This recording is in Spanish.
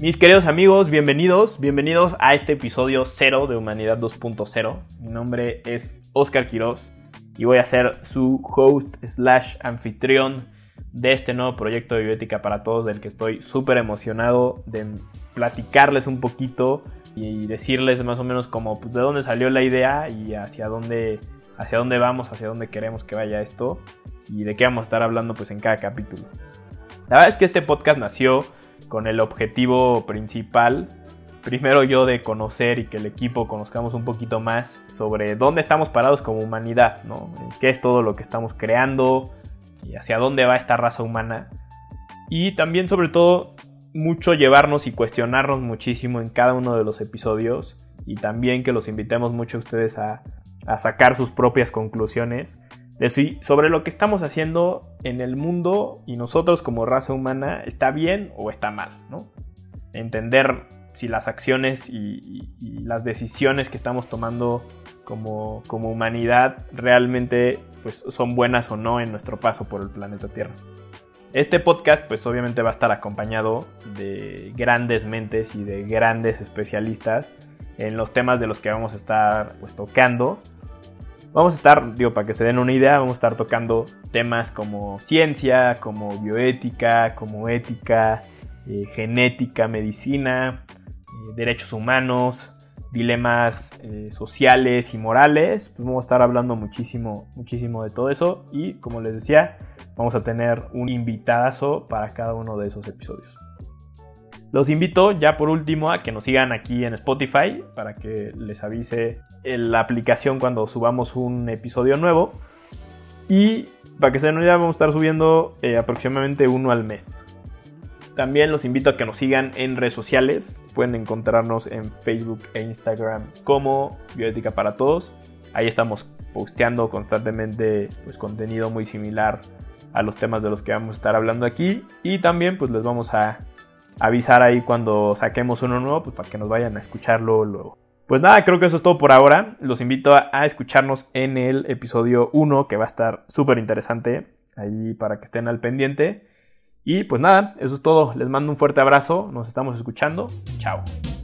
Mis queridos amigos, bienvenidos a este episodio 0 de Humanidad 2.0. Mi nombre es Oscar Quiroz y voy a ser su host / anfitrión de este nuevo proyecto de bioética para todos, del que estoy súper emocionado de platicarles un poquito y decirles más o menos como pues, de dónde salió la idea y hacia dónde vamos, hacia dónde queremos que vaya esto y de qué vamos a estar hablando pues en cada capítulo. La verdad es que este podcast nació con el objetivo principal, primero yo, de conocer y que el equipo conozcamos un poquito más sobre dónde estamos parados como humanidad, ¿no? Qué es todo lo que estamos creando y hacia dónde va esta raza humana. Y también, sobre todo, mucho llevarnos y cuestionarnos muchísimo en cada uno de los episodios, y también que los invitemos mucho a ustedes a sacar sus propias conclusiones sobre lo que estamos haciendo en el mundo y nosotros como raza humana está bien o está mal, ¿no? Entender si las acciones y las decisiones que estamos tomando como humanidad realmente pues, son buenas o no en nuestro paso por el planeta Tierra. Este podcast pues obviamente va a estar acompañado de grandes mentes y de grandes especialistas en los temas de los que vamos a estar pues, tocando. Vamos a estar, para que se den una idea, vamos a estar tocando temas como ciencia, como bioética, como ética, genética, medicina, derechos humanos, dilemas sociales y morales. Pues vamos a estar hablando muchísimo de todo eso y, como les decía, vamos a tener un invitadazo para cada uno de esos episodios. Los invito ya por último a que nos sigan aquí en Spotify para que les avise la aplicación cuando subamos un episodio nuevo. Y para que se den una idea, vamos a estar subiendo aproximadamente uno al mes. También los invito a que nos sigan en redes sociales. Pueden encontrarnos en Facebook e Instagram como Bioética para Todos. Ahí estamos posteando constantemente pues, contenido muy similar a los temas de los que vamos a estar hablando aquí. Y también pues les vamos a avisar ahí cuando saquemos uno nuevo, pues para que nos vayan a escucharlo luego. Pues nada, creo que eso es todo por ahora. Los invito a escucharnos en el episodio 1, que va a estar súper interesante, ahí para que estén al pendiente. Y pues nada, eso es todo. Les mando un fuerte abrazo. Nos estamos escuchando. Chao.